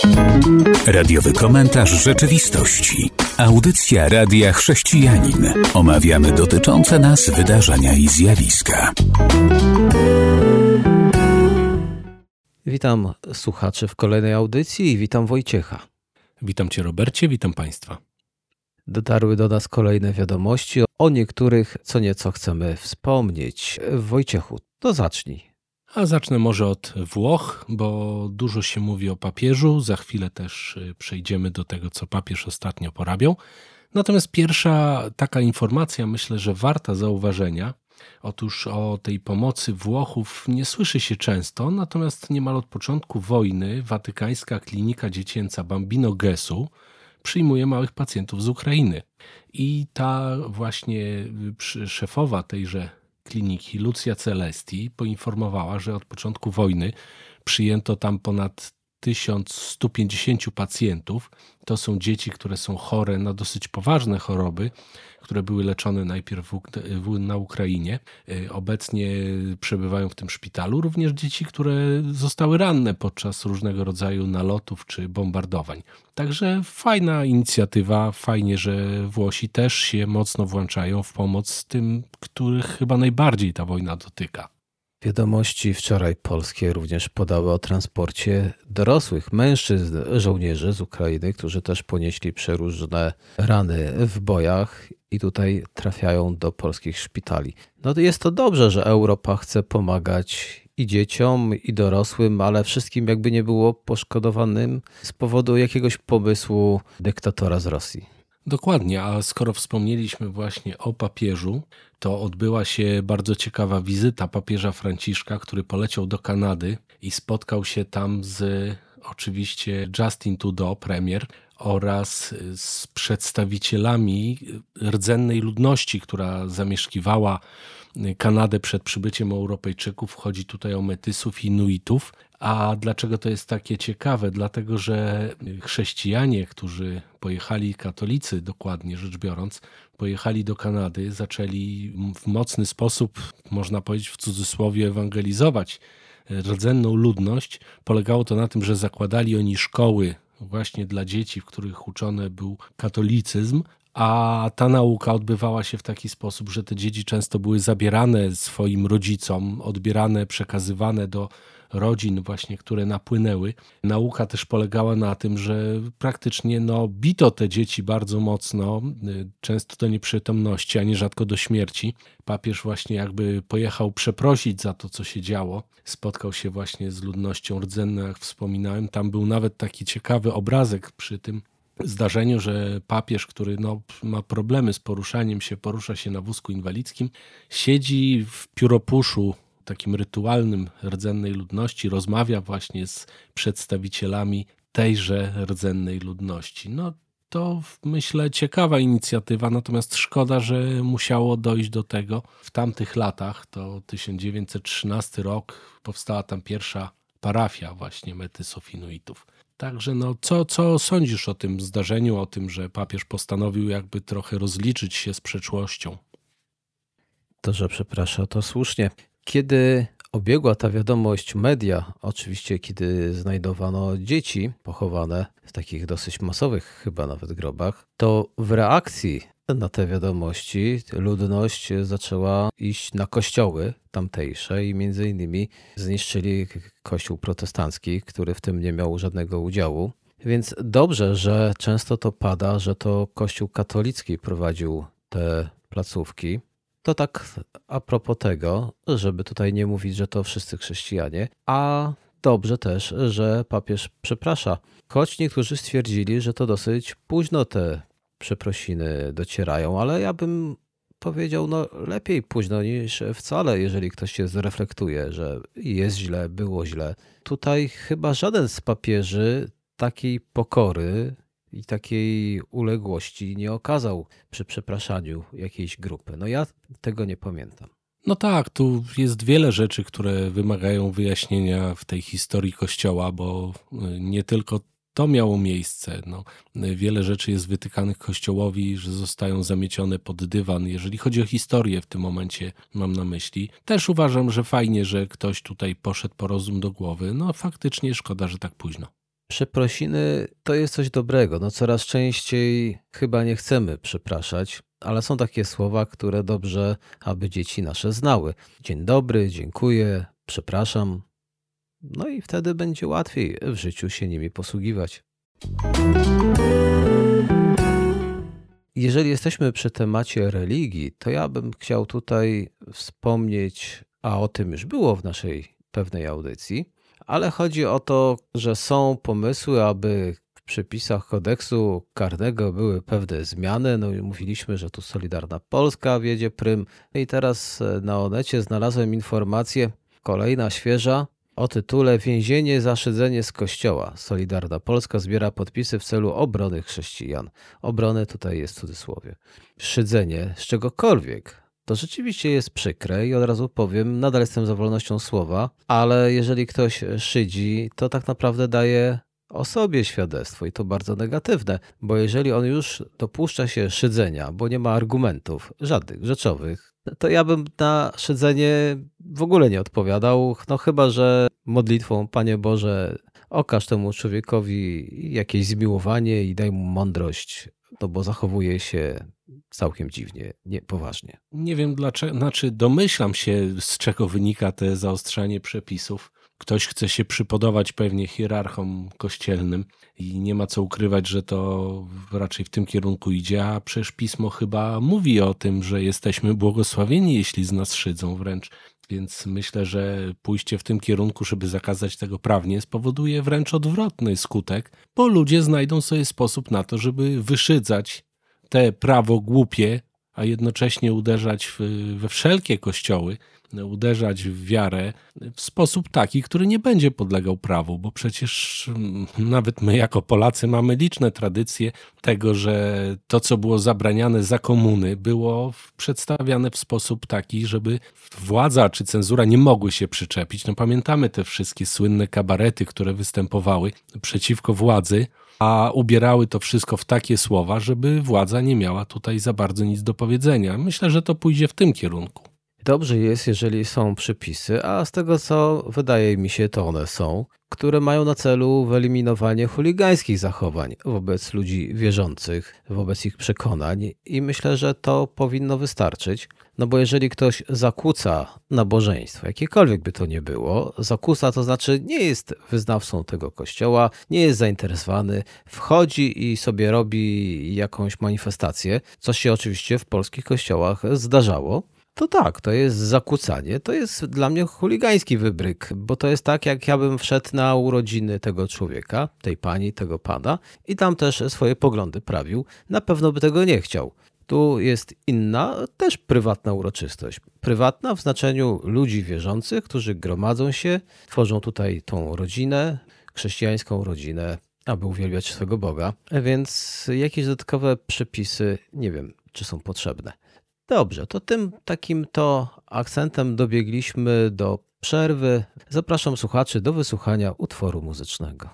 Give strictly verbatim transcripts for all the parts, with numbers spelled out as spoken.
Radiowy komentarz rzeczywistości. Audycja Radia Chrześcijanin. Omawiamy dotyczące nas wydarzenia i zjawiska. Witam słuchaczy w kolejnej audycji i witam Wojciecha. Witam Cię, Robercie, witam Państwa. Dotarły do nas kolejne wiadomości, o niektórych co nieco chcemy wspomnieć. Wojciechu, to zacznij. A zacznę może od Włoch, bo dużo się mówi o papieżu. Za chwilę też przejdziemy do tego, co papież ostatnio porabiał. Natomiast pierwsza taka informacja, myślę, że warta zauważenia. Otóż o tej pomocy Włochów nie słyszy się często, natomiast niemal od początku wojny watykańska klinika dziecięca Bambino Gesù przyjmuje małych pacjentów z Ukrainy. I ta właśnie szefowa tejże kliniki, Lucia Celesti, poinformowała, że od początku wojny przyjęto tam ponad tysiąc sto pięćdziesiąt pacjentów. To są dzieci, które są chore na dosyć poważne choroby, które były leczone najpierw w, w, na Ukrainie. Obecnie przebywają w tym szpitalu również dzieci, które zostały ranne podczas różnego rodzaju nalotów czy bombardowań. Także fajna inicjatywa, fajnie, że Włosi też się mocno włączają w pomoc tym, których chyba najbardziej ta wojna dotyka. Wiadomości wczoraj polskie również podały o transporcie dorosłych mężczyzn, żołnierzy z Ukrainy, którzy też ponieśli przeróżne rany w bojach i tutaj trafiają do polskich szpitali. No to jest to dobrze, że Europa chce pomagać i dzieciom, i dorosłym, ale wszystkim jakby nie było poszkodowanym z powodu jakiegoś pomysłu dyktatora z Rosji. Dokładnie, a skoro wspomnieliśmy właśnie o papieżu, to odbyła się bardzo ciekawa wizyta papieża Franciszka, który poleciał do Kanady i spotkał się tam z oczywiście Justin Trudeau, premier, oraz z przedstawicielami rdzennej ludności, która zamieszkiwała Kanadę przed przybyciem Europejczyków. Chodzi tutaj o Metysów i Inuitów. A dlaczego to jest takie ciekawe? Dlatego, że chrześcijanie, którzy pojechali, katolicy dokładnie rzecz biorąc, pojechali do Kanady, zaczęli w mocny sposób, można powiedzieć w cudzysłowie, ewangelizować rdzenną ludność. Polegało to na tym, że zakładali oni szkoły właśnie dla dzieci, w których uczony był katolicyzm, a ta nauka odbywała się w taki sposób, że te dzieci często były zabierane swoim rodzicom, odbierane, przekazywane do rodzin właśnie, które napłynęły. Nauka też polegała na tym, że praktycznie no, bito te dzieci bardzo mocno, często do nieprzytomności, a nierzadko do śmierci. Papież właśnie jakby pojechał przeprosić za to, co się działo. Spotkał się właśnie z ludnością rdzenną, jak wspominałem. Tam był nawet taki ciekawy obrazek przy tym zdarzeniu, że papież, który no, ma problemy z poruszaniem się, porusza się na wózku inwalidzkim, siedzi w pióropuszu takim rytualnym rdzennej ludności, rozmawia właśnie z przedstawicielami tejże rdzennej ludności. No to myślę ciekawa inicjatywa, natomiast szkoda, że musiało dojść do tego. W tamtych latach, to tysiąc dziewięćset trzynasty rok, powstała tam pierwsza parafia właśnie Metysów Inuitów. Także no, co, co sądzisz o tym zdarzeniu, o tym, że papież postanowił jakby trochę rozliczyć się z przeszłością? To, że przepraszam, to słusznie. Kiedy obiegła ta wiadomość media, oczywiście kiedy znajdowano dzieci pochowane w takich dosyć masowych chyba nawet grobach, to w reakcji na te wiadomości ludność zaczęła iść na kościoły tamtejsze i między innymi zniszczyli kościół protestancki, który w tym nie miał żadnego udziału. Więc dobrze, że często to pada, że to kościół katolicki prowadził te placówki. To tak a propos tego, żeby tutaj nie mówić, że to wszyscy chrześcijanie, a dobrze też, że papież przeprasza. Choć niektórzy stwierdzili, że to dosyć późno te przeprosiny docierają, ale ja bym powiedział, no lepiej późno niż wcale, jeżeli ktoś się zreflektuje, że jest źle, było źle. Tutaj chyba żaden z papieży takiej pokory i takiej uległości nie okazał przy przepraszaniu jakiejś grupy. No ja tego nie pamiętam. No tak, tu jest wiele rzeczy, które wymagają wyjaśnienia w tej historii Kościoła, bo nie tylko to miało miejsce. No, wiele rzeczy jest wytykanych Kościołowi, że zostają zamiecione pod dywan. Jeżeli chodzi o historię w tym momencie, mam na myśli. Też uważam, że fajnie, że ktoś tutaj poszedł po rozum do głowy. No faktycznie szkoda, że tak późno. Przeprosiny to jest coś dobrego. No coraz częściej chyba nie chcemy przepraszać, ale są takie słowa, które dobrze, aby dzieci nasze znały. Dzień dobry, dziękuję, przepraszam. No i wtedy będzie łatwiej w życiu się nimi posługiwać. Jeżeli jesteśmy przy temacie religii, to ja bym chciał tutaj wspomnieć, a o tym już było w naszej pewnej audycji, ale chodzi o to, że są pomysły, aby w przepisach kodeksu karnego były pewne zmiany. No i mówiliśmy, że tu Solidarna Polska wiedzie prym. I teraz na Onecie znalazłem informację, kolejna świeża, o tytule Więzienie za szydzenie z kościoła. Solidarna Polska zbiera podpisy w celu obrony chrześcijan. Obrony tutaj jest w cudzysłowie. Szydzenie z czegokolwiek. To rzeczywiście jest przykre i od razu powiem, nadal jestem za wolnością słowa, ale jeżeli ktoś szydzi, to tak naprawdę daje o sobie świadectwo i to bardzo negatywne, bo jeżeli on już dopuszcza się szydzenia, bo nie ma argumentów żadnych, rzeczowych, to ja bym na szydzenie w ogóle nie odpowiadał, no chyba że modlitwą, Panie Boże, okaż temu człowiekowi jakieś zmiłowanie i daj mu mądrość, no bo zachowuje się całkiem dziwnie, niepoważnie. Nie wiem dlaczego, znaczy domyślam się, z czego wynika te zaostrzanie przepisów. Ktoś chce się przypodobać pewnie hierarchom kościelnym i nie ma co ukrywać, że to raczej w tym kierunku idzie, a przecież Pismo chyba mówi o tym, że jesteśmy błogosławieni, jeśli z nas szydzą wręcz. Więc myślę, że pójście w tym kierunku, żeby zakazać tego prawnie, spowoduje wręcz odwrotny skutek, bo ludzie znajdą sobie sposób na to, żeby wyszydzać te prawo głupie, a jednocześnie uderzać w, we wszelkie kościoły, uderzać w wiarę w sposób taki, który nie będzie podlegał prawu, bo przecież nawet my jako Polacy mamy liczne tradycje tego, że to, co było zabraniane za komuny, było przedstawiane w sposób taki, żeby władza czy cenzura nie mogły się przyczepić. No pamiętamy te wszystkie słynne kabarety, które występowały przeciwko władzy, a ubierały to wszystko w takie słowa, żeby władza nie miała tutaj za bardzo nic do powiedzenia. Myślę, że to pójdzie w tym kierunku. Dobrze jest, jeżeli są przepisy, a z tego co wydaje mi się, to one są, które mają na celu wyeliminowanie chuligańskich zachowań wobec ludzi wierzących, wobec ich przekonań i myślę, że to powinno wystarczyć, no bo jeżeli ktoś zakłóca nabożeństwo, jakiekolwiek by to nie było, zakłóca to znaczy nie jest wyznawcą tego kościoła, nie jest zainteresowany, wchodzi i sobie robi jakąś manifestację, co się oczywiście w polskich kościołach zdarzało. To tak, to jest zakłócanie, to jest dla mnie chuligański wybryk, bo to jest tak, jak ja bym wszedł na urodziny tego człowieka, tej pani, tego pana i tam też swoje poglądy prawił, na pewno by tego nie chciał. Tu jest inna, też prywatna uroczystość. Prywatna w znaczeniu ludzi wierzących, którzy gromadzą się, tworzą tutaj tą rodzinę, chrześcijańską rodzinę, aby uwielbiać swego Boga, więc jakieś dodatkowe przepisy, nie wiem, czy są potrzebne. Dobrze, to tym takim to akcentem dobiegliśmy do przerwy. Zapraszam słuchaczy do wysłuchania utworu muzycznego.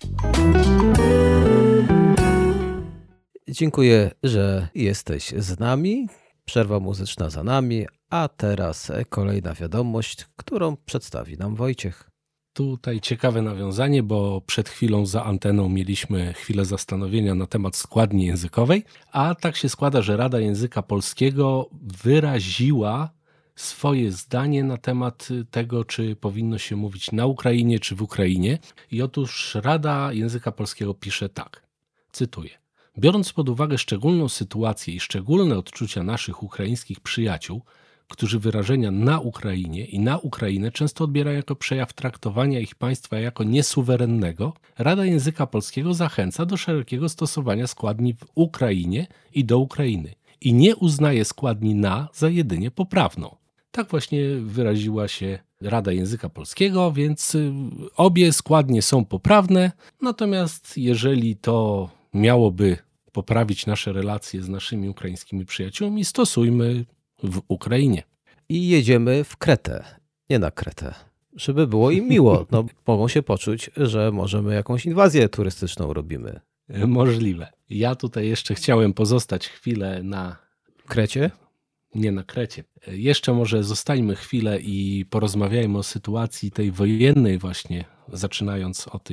Dziękuję, że jesteś z nami. Przerwa muzyczna za nami, a teraz kolejna wiadomość, którą przedstawi nam Wojciech. Tutaj ciekawe nawiązanie, bo przed chwilą za anteną mieliśmy chwilę zastanowienia na temat składni językowej, a tak się składa, że Rada Języka Polskiego wyraziła swoje zdanie na temat tego, czy powinno się mówić na Ukrainie, czy w Ukrainie. I otóż Rada Języka Polskiego pisze tak, cytuję. Biorąc pod uwagę szczególną sytuację i szczególne odczucia naszych ukraińskich przyjaciół, którzy wyrażenia na Ukrainie i na Ukrainę często odbierają jako przejaw traktowania ich państwa jako niesuwerennego, Rada Języka Polskiego zachęca do szerokiego stosowania składni w Ukrainie i do Ukrainy i nie uznaje składni na za jedynie poprawną. Tak właśnie wyraziła się Rada Języka Polskiego, więc obie składnie są poprawne, natomiast jeżeli to miałoby poprawić nasze relacje z naszymi ukraińskimi przyjaciółmi, stosujmy w Ukrainie. I jedziemy w Kretę, nie na Kretę, żeby było im miło. No, mogą się poczuć, że możemy jakąś inwazję turystyczną robimy. Możliwe. Ja tutaj jeszcze chciałem pozostać chwilę na Krecie? Nie na Krecie. Jeszcze może zostańmy chwilę i porozmawiajmy o sytuacji tej wojennej właśnie, zaczynając o tej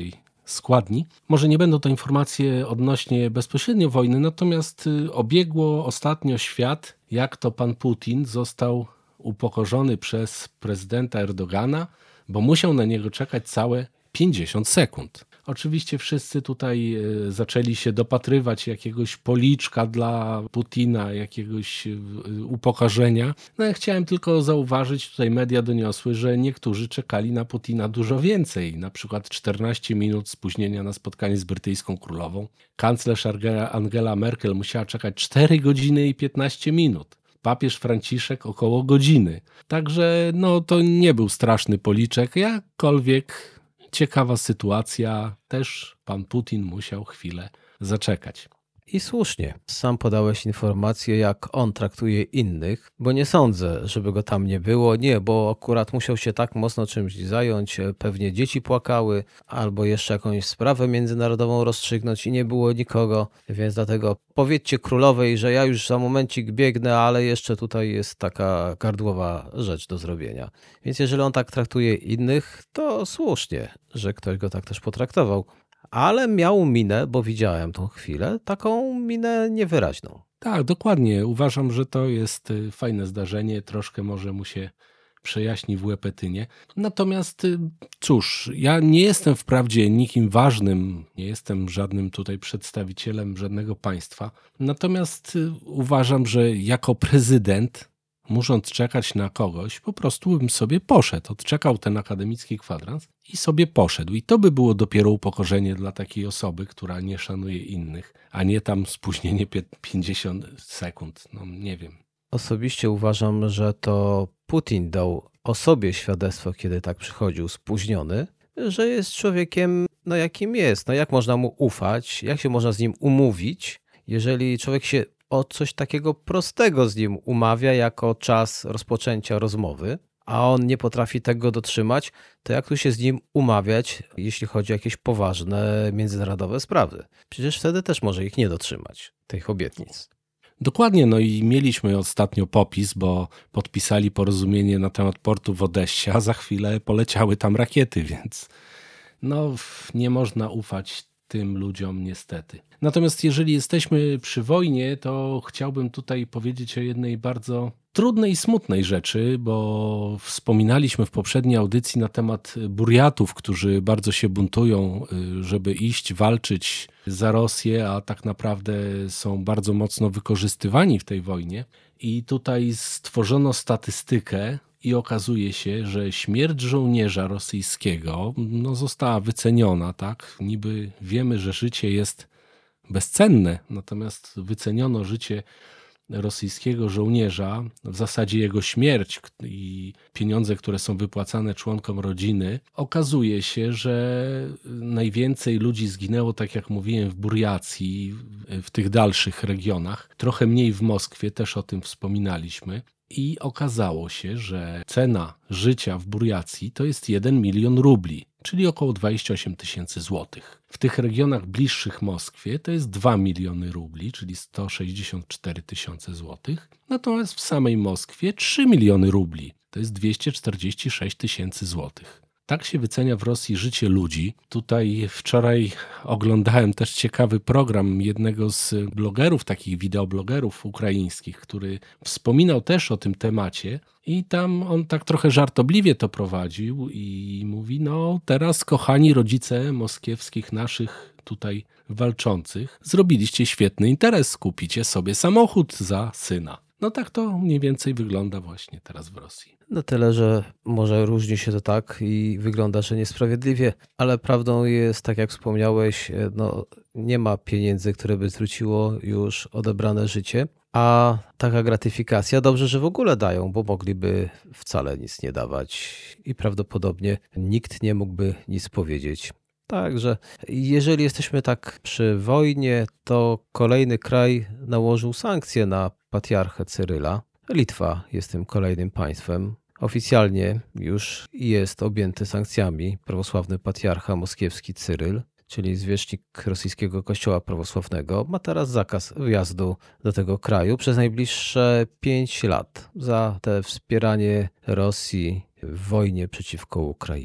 składni. Może nie będą to informacje odnośnie bezpośrednio wojny, natomiast obiegło ostatnio świat, jak to pan Putin został upokorzony przez prezydenta Erdogana, bo musiał na niego czekać całe pięćdziesiąt sekund. Oczywiście wszyscy tutaj zaczęli się dopatrywać jakiegoś policzka dla Putina, jakiegoś upokorzenia. No ja chciałem tylko zauważyć, tutaj media doniosły, że niektórzy czekali na Putina dużo więcej, na przykład czternaście minut spóźnienia na spotkanie z brytyjską królową. Kanclerz Angela Merkel musiała czekać cztery godziny i piętnaście minut. Papież Franciszek około godziny. Także no to nie był straszny policzek, jakkolwiek ciekawa sytuacja, też pan Putin musiał chwilę zaczekać. I słusznie. Sam podałeś informację, jak on traktuje innych, bo nie sądzę, żeby go tam nie było. Nie, bo akurat musiał się tak mocno czymś zająć, pewnie dzieci płakały, albo jeszcze jakąś sprawę międzynarodową rozstrzygnąć i nie było nikogo, więc dlatego powiedzcie królowej, że ja już za momencik biegnę, ale jeszcze tutaj jest taka gardłowa rzecz do zrobienia. Więc jeżeli on tak traktuje innych, to słusznie, że ktoś go tak też potraktował. Ale miał minę, bo widziałem tą chwilę, taką minę niewyraźną. Tak, dokładnie. Uważam, że to jest fajne zdarzenie. Troszkę może mu się przejaśni w łepetynie. Natomiast cóż, ja nie jestem wprawdzie nikim ważnym, nie jestem żadnym tutaj przedstawicielem żadnego państwa. Natomiast uważam, że jako prezydent, musząc czekać na kogoś, po prostu bym sobie poszedł, odczekał ten akademicki kwadrans i sobie poszedł. I to by było dopiero upokorzenie dla takiej osoby, która nie szanuje innych, a nie tam spóźnienie pięćdziesiąt sekund. No nie wiem. Osobiście uważam, że to Putin dał o sobie świadectwo, kiedy tak przychodził spóźniony, że jest człowiekiem, no jakim jest. No jak można mu ufać, jak się można z nim umówić, jeżeli człowiek się o coś takiego prostego z nim umawia jako czas rozpoczęcia rozmowy, a on nie potrafi tego dotrzymać, to jak tu się z nim umawiać, jeśli chodzi o jakieś poważne międzynarodowe sprawy? Przecież wtedy też może ich nie dotrzymać, tych obietnic. Dokładnie, no i mieliśmy ostatnio popis, bo podpisali porozumienie na temat portu w Odessie, a za chwilę poleciały tam rakiety, więc no nie można ufać tym ludziom niestety. Natomiast jeżeli jesteśmy przy wojnie, to chciałbym tutaj powiedzieć o jednej bardzo trudnej i smutnej rzeczy, bo wspominaliśmy w poprzedniej audycji na temat Burjatów, którzy bardzo się buntują, żeby iść walczyć za Rosję, a tak naprawdę są bardzo mocno wykorzystywani w tej wojnie. I tutaj stworzono statystykę i okazuje się, że śmierć żołnierza rosyjskiego no, została wyceniona, tak? Niby wiemy, że życie jest bezcenne, natomiast wyceniono życie rosyjskiego żołnierza, w zasadzie jego śmierć i pieniądze, które są wypłacane członkom rodziny. Okazuje się, że najwięcej ludzi zginęło, tak jak mówiłem, w Burjacji, w tych dalszych regionach, trochę mniej w Moskwie, też o tym wspominaliśmy. I okazało się, że cena życia w Burjacji to jest jeden milion rubli, czyli około dwadzieścia osiem tysięcy złotych. W tych regionach bliższych Moskwie to jest dwa miliony rubli, czyli sto sześćdziesiąt cztery tysiące złotych. Natomiast w samej Moskwie trzy miliony rubli, to jest dwieście czterdzieści sześć tysięcy złotych. Tak się wycenia w Rosji życie ludzi. Tutaj wczoraj oglądałem też ciekawy program jednego z blogerów, takich wideoblogerów ukraińskich, który wspominał też o tym temacie i tam on tak trochę żartobliwie to prowadził i mówi, no teraz kochani rodzice moskiewskich naszych tutaj walczących, zrobiliście świetny interes, kupicie sobie samochód za syna. No tak to mniej więcej wygląda właśnie teraz w Rosji. No tyle, że może różni się to tak i wygląda, że niesprawiedliwie, ale prawdą jest, tak jak wspomniałeś, no nie ma pieniędzy, które by zwróciło już odebrane życie, a taka gratyfikacja dobrze, że w ogóle dają, bo mogliby wcale nic nie dawać i prawdopodobnie nikt nie mógłby nic powiedzieć. Także jeżeli jesteśmy tak przy wojnie, to kolejny kraj nałożył sankcje na patriarchę Cyryla. Litwa jest tym kolejnym państwem. Oficjalnie już jest objęty sankcjami prawosławny patriarcha moskiewski Cyryl, czyli zwierzchnik rosyjskiego kościoła prawosławnego, ma teraz zakaz wjazdu do tego kraju przez najbliższe pięć lat za te wspieranie Rosji w wojnie przeciwko Ukrainie.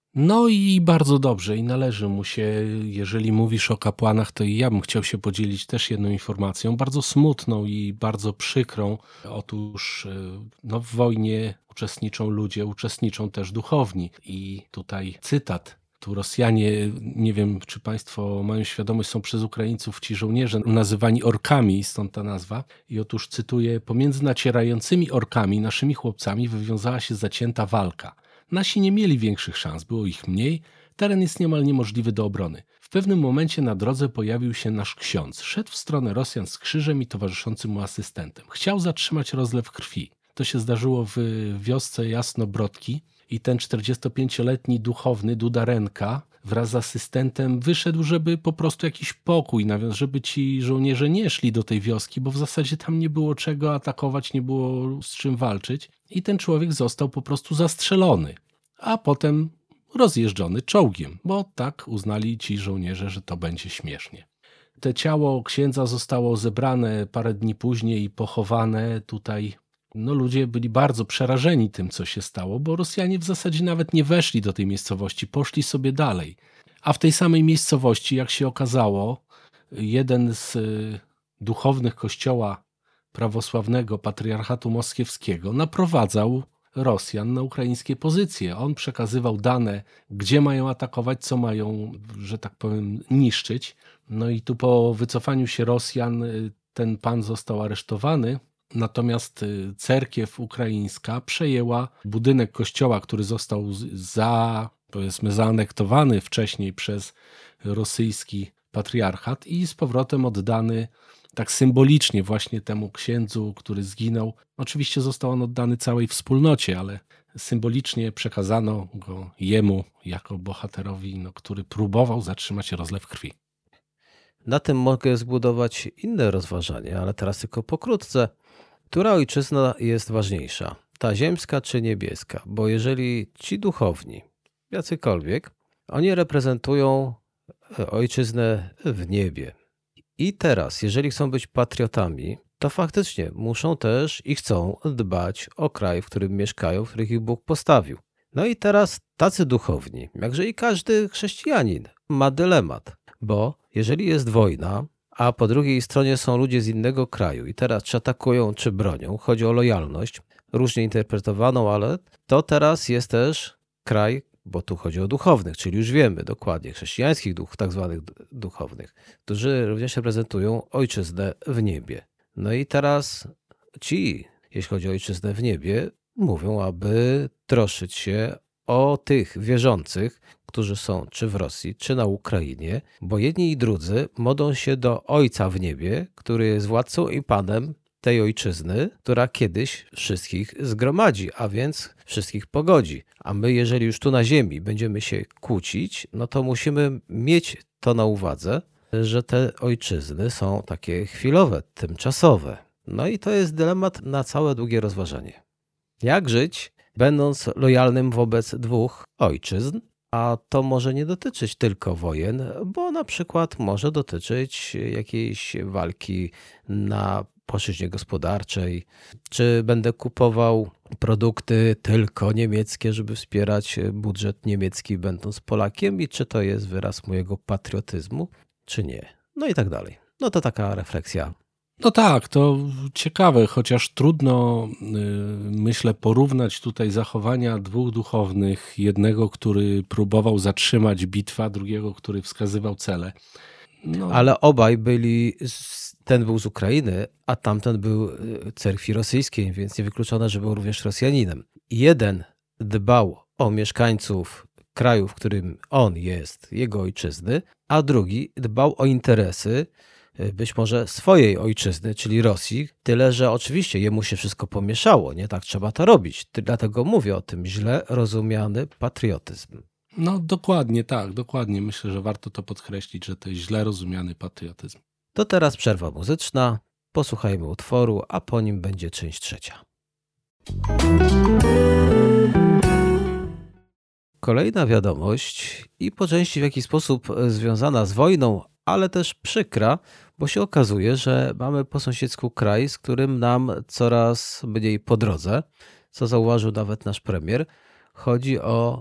No i bardzo dobrze i należy mu się, jeżeli mówisz o kapłanach, to i ja bym chciał się podzielić też jedną informacją, bardzo smutną i bardzo przykrą. Otóż no, w wojnie uczestniczą ludzie, uczestniczą też duchowni i tutaj cytat. Tu Rosjanie, nie wiem czy Państwo mają świadomość, są przez Ukraińców ci żołnierze nazywani orkami, stąd ta nazwa. I otóż cytuję, pomiędzy nacierającymi orkami, naszymi chłopcami wywiązała się zacięta walka. Nasi nie mieli większych szans, było ich mniej, teren jest niemal niemożliwy do obrony. W pewnym momencie na drodze pojawił się nasz ksiądz. Szedł w stronę Rosjan z krzyżem i towarzyszącym mu asystentem. Chciał zatrzymać rozlew krwi. To się zdarzyło w wiosce Jasnobrodki i ten czterdziestopięcioletni duchowny Dudarenka wraz z asystentem wyszedł, żeby po prostu jakiś pokój nawiązać, żeby ci żołnierze nie szli do tej wioski, bo w zasadzie tam nie było czego atakować, nie było z czym walczyć i ten człowiek został po prostu zastrzelony, a potem rozjeżdżony czołgiem, bo tak uznali ci żołnierze, że to będzie śmiesznie. Te ciało księdza zostało zebrane parę dni później i pochowane tutaj. No ludzie byli bardzo przerażeni tym, co się stało, bo Rosjanie w zasadzie nawet nie weszli do tej miejscowości, poszli sobie dalej. A w tej samej miejscowości, jak się okazało, jeden z duchownych kościoła prawosławnego Patriarchatu Moskiewskiego naprowadzał Rosjan na ukraińskie pozycje. On przekazywał dane, gdzie mają atakować, co mają, że tak powiem, niszczyć. No i tu po wycofaniu się Rosjan ten pan został aresztowany. Natomiast cerkiew ukraińska przejęła budynek kościoła, który został za, powiedzmy, zaanektowany wcześniej przez rosyjski patriarchat i z powrotem oddany tak symbolicznie właśnie temu księdzu, który zginął. Oczywiście został on oddany całej wspólnocie, ale symbolicznie przekazano go jemu jako bohaterowi, no, który próbował zatrzymać rozlew krwi. Na tym mogę zbudować inne rozważanie, ale teraz tylko pokrótce. Która ojczyzna jest ważniejsza? Ta ziemska czy niebieska? Bo jeżeli ci duchowni, jacykolwiek, oni reprezentują ojczyznę w niebie. I teraz, jeżeli chcą być patriotami, to faktycznie muszą też i chcą dbać o kraj, w którym mieszkają, w którym ich Bóg postawił. No i teraz tacy duchowni, jakże i każdy chrześcijanin, ma dylemat. Bo jeżeli jest wojna, a po drugiej stronie są ludzie z innego kraju i teraz czy atakują, czy bronią, chodzi o lojalność, różnie interpretowaną, ale to teraz jest też kraj, bo tu chodzi o duchownych, czyli już wiemy dokładnie, chrześcijańskich duch, tak zwanych duchownych, którzy również reprezentują ojczyznę w niebie. No i teraz ci, jeśli chodzi o ojczyznę w niebie, mówią, aby troszczyć się o tych wierzących, którzy są czy w Rosji, czy na Ukrainie, bo jedni i drudzy modlą się do Ojca w niebie, który jest władcą i panem tej ojczyzny, która kiedyś wszystkich zgromadzi, a więc wszystkich pogodzi. A my, jeżeli już tu na ziemi będziemy się kłócić, no to musimy mieć to na uwadze, że te ojczyzny są takie chwilowe, tymczasowe. No i to jest dylemat na całe długie rozważanie. Jak żyć, będąc lojalnym wobec dwóch ojczyzn? A to może nie dotyczyć tylko wojen, bo na przykład może dotyczyć jakiejś walki na płaszczyźnie gospodarczej. Czy będę kupował produkty tylko niemieckie, żeby wspierać budżet niemiecki, będąc Polakiem, i czy to jest wyraz mojego patriotyzmu, czy nie? No i tak dalej. No to taka refleksja. No tak, to ciekawe, chociaż trudno, myślę, porównać tutaj zachowania dwóch duchownych. Jednego, który próbował zatrzymać bitwę, drugiego, który wskazywał cele. No. Ale obaj byli, ten był z Ukrainy, a tamten był cerkwi rosyjskiej, więc niewykluczone, że był również Rosjaninem. Jeden dbał o mieszkańców kraju, w którym on jest, jego ojczyzny, a drugi dbał o interesy być może swojej ojczyzny, czyli Rosji, tyle, że oczywiście jemu się wszystko pomieszało, nie tak trzeba to robić. Dlatego mówię o tym, źle rozumiany patriotyzm. No dokładnie tak, dokładnie. Myślę, że warto to podkreślić, że to jest źle rozumiany patriotyzm. To teraz przerwa muzyczna, posłuchajmy utworu, a po nim będzie część trzecia. Kolejna wiadomość i po części w jakiś sposób związana z wojną, ale też przykra, bo się okazuje, że mamy po sąsiedzku kraj, z którym nam coraz mniej po drodze, co zauważył nawet nasz premier. Chodzi o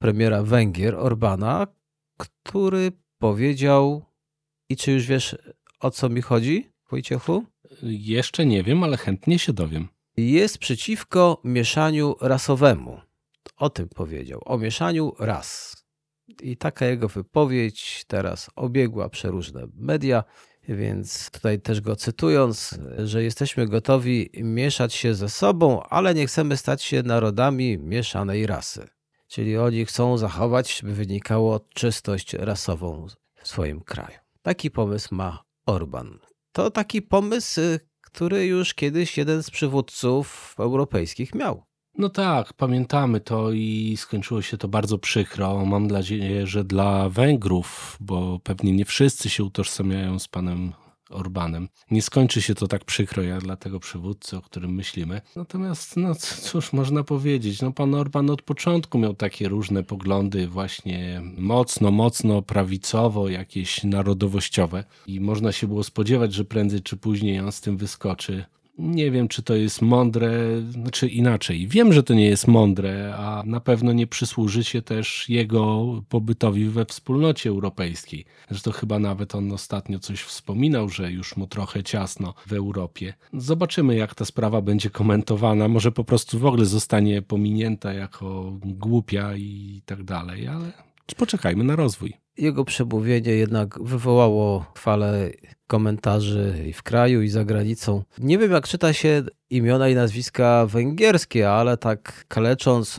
premiera Węgier, Orbana, który powiedział, i czy już wiesz, o co mi chodzi, Wojciechu? Jeszcze nie wiem, ale chętnie się dowiem. Jest przeciwko mieszaniu rasowemu. O tym powiedział, o mieszaniu ras. I taka jego wypowiedź teraz obiegła przeróżne media, więc tutaj też go cytując, że jesteśmy gotowi mieszać się ze sobą, ale nie chcemy stać się narodami mieszanej rasy. Czyli oni chcą zachować, by wynikało, czystość rasową w swoim kraju. Taki pomysł ma Orban. To taki pomysł, który już kiedyś jeden z przywódców europejskich miał. No tak, pamiętamy to i skończyło się to bardzo przykro. Mam nadzieję, że dla Węgrów, bo pewnie nie wszyscy się utożsamiają z panem Orbanem. Nie skończy się to tak przykro jak dla tego przywódcy, o którym myślimy. Natomiast, no cóż można powiedzieć, no pan Orban od początku miał takie różne poglądy właśnie mocno, mocno prawicowo, jakieś narodowościowe i można się było spodziewać, że prędzej czy później on z tym wyskoczy. Nie wiem, czy to jest mądre, znaczy inaczej. Wiem, że to nie jest mądre, a na pewno nie przysłuży się też jego pobytowi we wspólnocie europejskiej. Zresztą chyba nawet on ostatnio coś wspominał, że już mu trochę ciasno w Europie. Zobaczymy, jak ta sprawa będzie komentowana. Może po prostu w ogóle zostanie pominięta jako głupia i tak dalej, ale poczekajmy na rozwój. Jego przemówienie jednak wywołało falę komentarzy i w kraju, i za granicą. Nie wiem, jak czyta się imiona i nazwiska węgierskie, ale tak kalecząc,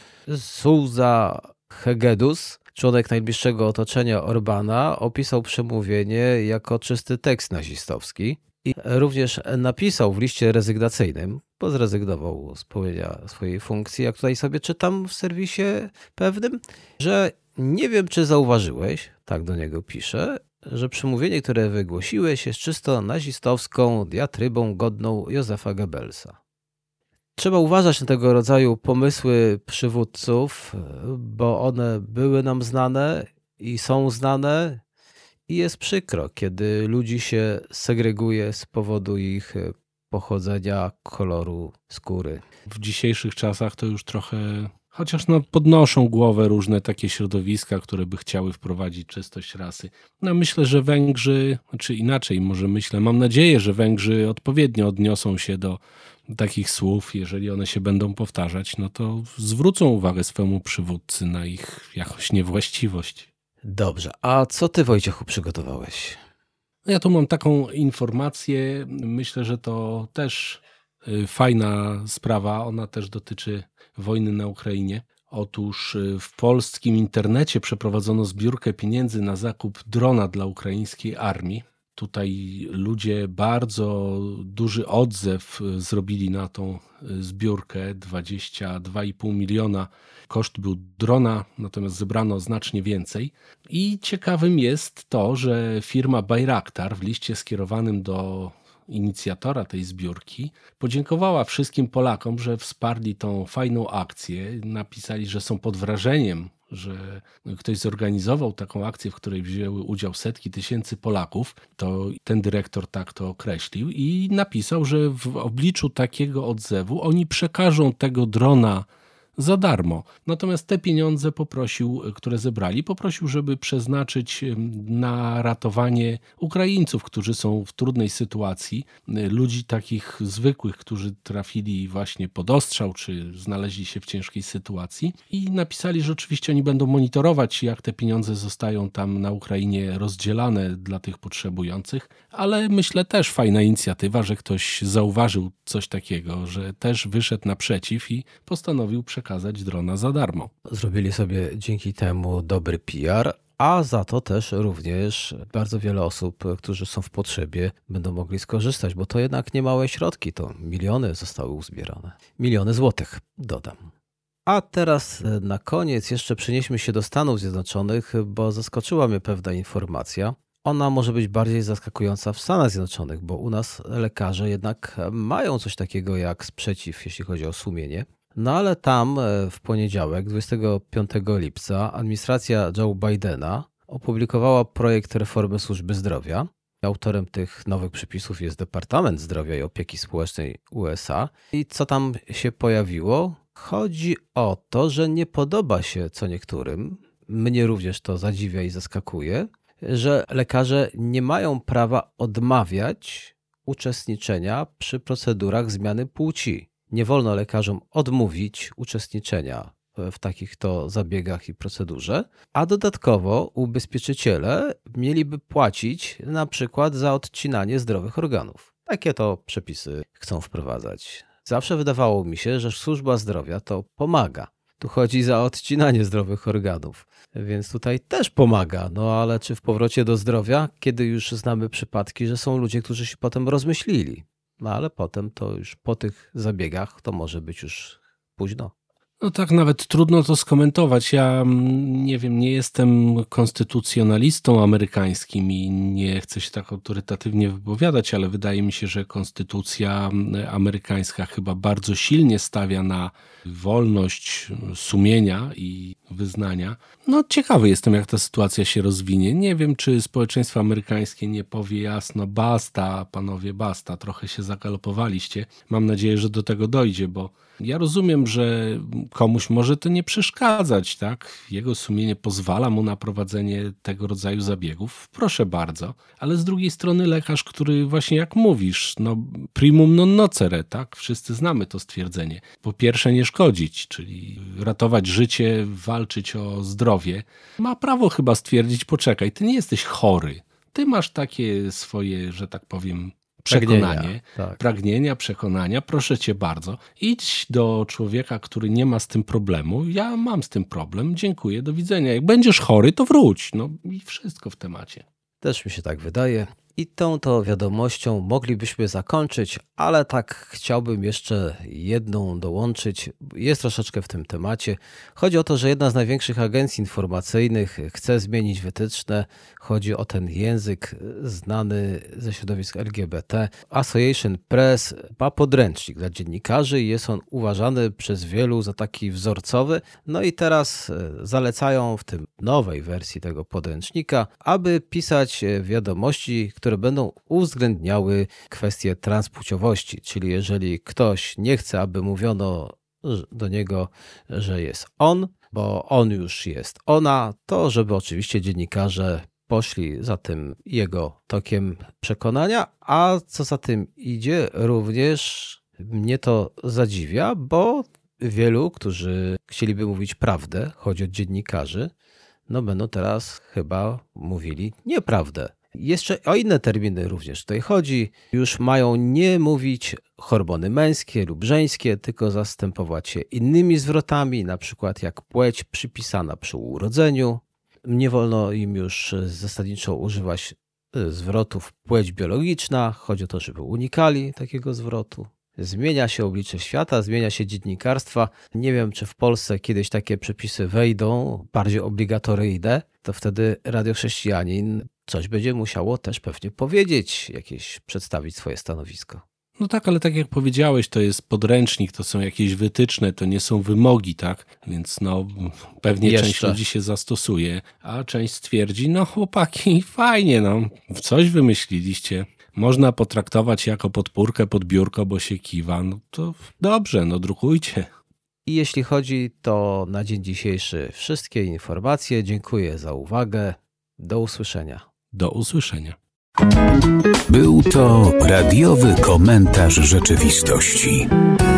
Sousa Hegedus, członek najbliższego otoczenia Orbana, opisał przemówienie jako czysty tekst nazistowski i również napisał w liście rezygnacyjnym, bo zrezygnował z pełnienia swojej funkcji, jak tutaj sobie czytam w serwisie pewnym, że nie wiem, czy zauważyłeś, tak do niego pisze, że przemówienie, które wygłosiłeś, jest czysto nazistowską diatrybą godną Józefa Goebbelsa. Trzeba uważać na tego rodzaju pomysły przywódców, bo one były nam znane i są znane i jest przykro, kiedy ludzi się segreguje z powodu ich pochodzenia, koloru skóry. W dzisiejszych czasach to już trochę... Chociaż no, podnoszą głowę różne takie środowiska, które by chciały wprowadzić czystość rasy. No, myślę, że Węgrzy, czy inaczej może myślę, mam nadzieję, że Węgrzy odpowiednio odniosą się do takich słów. Jeżeli one się będą powtarzać, no to zwrócą uwagę swemu przywódcy na ich jakąś niewłaściwość. Dobrze, a co ty, Wojciechu, przygotowałeś? Ja tu mam taką informację, myślę, że to też fajna sprawa, ona też dotyczy wojny na Ukrainie. Otóż w polskim internecie przeprowadzono zbiórkę pieniędzy na zakup drona dla ukraińskiej armii. Tutaj ludzie bardzo duży odzew zrobili na tą zbiórkę, dwadzieścia dwa i pół miliona koszt był drona, natomiast zebrano znacznie więcej. I ciekawym jest to, że firma Bayraktar w liście skierowanym do inicjatora tej zbiórki podziękowała wszystkim Polakom, że wsparli tą fajną akcję. Napisali, że są pod wrażeniem, że ktoś zorganizował taką akcję, w której wzięły udział setki tysięcy Polaków. To ten dyrektor tak to określił i napisał, że w obliczu takiego odzewu oni przekażą tego drona za darmo. Natomiast te pieniądze poprosił, które zebrali, poprosił, żeby przeznaczyć na ratowanie Ukraińców, którzy są w trudnej sytuacji, ludzi takich zwykłych, którzy trafili właśnie pod ostrzał, czy znaleźli się w ciężkiej sytuacji i napisali, że oczywiście oni będą monitorować, jak te pieniądze zostają tam na Ukrainie rozdzielane dla tych potrzebujących, ale myślę też fajna inicjatywa, że ktoś zauważył coś takiego, że też wyszedł naprzeciw i postanowił przekazać przekazać drona za darmo. Zrobili sobie dzięki temu dobry P R, a za to też również bardzo wiele osób, którzy są w potrzebie, będą mogli skorzystać, bo to jednak niemałe środki, to miliony zostały uzbierane. Miliony złotych, dodam. A teraz na koniec jeszcze przenieśmy się do Stanów Zjednoczonych, bo zaskoczyła mnie pewna informacja. Ona może być bardziej zaskakująca w Stanach Zjednoczonych, bo u nas lekarze jednak mają coś takiego jak sprzeciw, jeśli chodzi o sumienie. No ale tam w poniedziałek, dwudziestego piątego lipca, administracja Joe Bidena opublikowała projekt reformy służby zdrowia. Autorem tych nowych przepisów jest Departament Zdrowia i Opieki Społecznej U S A. I co tam się pojawiło? Chodzi o to, że nie podoba się co niektórym, mnie również to zadziwia i zaskakuje, że lekarze nie mają prawa odmawiać uczestniczenia przy procedurach zmiany płci. Nie wolno lekarzom odmówić uczestniczenia w takich to zabiegach i procedurze, a dodatkowo ubezpieczyciele mieliby płacić na przykład za odcinanie zdrowych organów. Takie to przepisy chcą wprowadzać. Zawsze wydawało mi się, że służba zdrowia to pomaga. Tu chodzi za odcinanie zdrowych organów, więc tutaj też pomaga. No ale czy w powrocie do zdrowia, kiedy już znamy przypadki, że są ludzie, którzy się potem rozmyślili. No ale potem to już po tych zabiegach to może być już późno. No tak, nawet trudno to skomentować. Ja nie wiem, nie jestem konstytucjonalistą amerykańskim i nie chcę się tak autorytatywnie wypowiadać, ale wydaje mi się, że konstytucja amerykańska chyba bardzo silnie stawia na wolność sumienia i wyznania. No ciekawy jestem, jak ta sytuacja się rozwinie. Nie wiem, czy społeczeństwo amerykańskie nie powie jasno, basta, panowie, basta, trochę się zagalopowaliście. Mam nadzieję, że do tego dojdzie, bo ja rozumiem, że komuś może to nie przeszkadzać, tak? Jego sumienie pozwala mu na prowadzenie tego rodzaju zabiegów. Proszę bardzo. Ale z drugiej strony lekarz, który właśnie jak mówisz, no primum non nocere, tak? Wszyscy znamy to stwierdzenie. Po pierwsze nie szkodzić, czyli ratować życie, walczyć o zdrowie. Ma prawo chyba stwierdzić, poczekaj, ty nie jesteś chory. Ty masz takie swoje, że tak powiem, przekonanie, pragnienia, tak. pragnienia, przekonania, proszę cię bardzo, idź do człowieka, który nie ma z tym problemu, ja mam z tym problem, dziękuję, do widzenia. Jak będziesz chory, to wróć. No i wszystko w temacie. Też mi się tak wydaje. I tą to wiadomością moglibyśmy zakończyć, ale tak chciałbym jeszcze jedną dołączyć. Jest troszeczkę w tym temacie. Chodzi o to, że jedna z największych agencji informacyjnych chce zmienić wytyczne. Chodzi o ten język znany ze środowisk L G B T. Associated Press ma podręcznik dla dziennikarzy i jest on uważany przez wielu za taki wzorcowy. No i teraz zalecają w tym nowej wersji tego podręcznika, aby pisać wiadomości, które będą uwzględniały kwestię transpłciowości, czyli jeżeli ktoś nie chce, aby mówiono do niego, że jest on, bo on już jest ona, to żeby oczywiście dziennikarze poszli za tym jego tokiem przekonania, a co za tym idzie, również mnie to zadziwia, bo wielu, którzy chcieliby mówić prawdę, chodzi o dziennikarzy, no będą teraz chyba mówili nieprawdę. Jeszcze o inne terminy również tutaj chodzi. Już mają nie mówić hormony męskie lub żeńskie, tylko zastępować je innymi zwrotami, na przykład jak płeć przypisana przy urodzeniu. Nie wolno im już zasadniczo używać zwrotów płeć biologiczna. Chodzi o to, żeby unikali takiego zwrotu. Zmienia się oblicze świata, zmienia się dziennikarstwa. Nie wiem, czy w Polsce kiedyś takie przepisy wejdą, bardziej obligatoryjne, to wtedy Radio Chrześcijanin coś będzie musiało też pewnie powiedzieć, jakieś przedstawić swoje stanowisko. No tak, ale tak jak powiedziałeś, to jest podręcznik, to są jakieś wytyczne, to nie są wymogi, tak? Więc no pewnie Jeszcze. część ludzi się zastosuje, a część stwierdzi, no chłopaki, fajnie, no coś wymyśliliście. Można potraktować jako podpórkę pod biurko, bo się kiwa, no to dobrze, no drukujcie. I jeśli chodzi, to na dzień dzisiejszy wszystkie informacje. Dziękuję za uwagę. Do usłyszenia. Do usłyszenia. Był to radiowy komentarz rzeczywistości.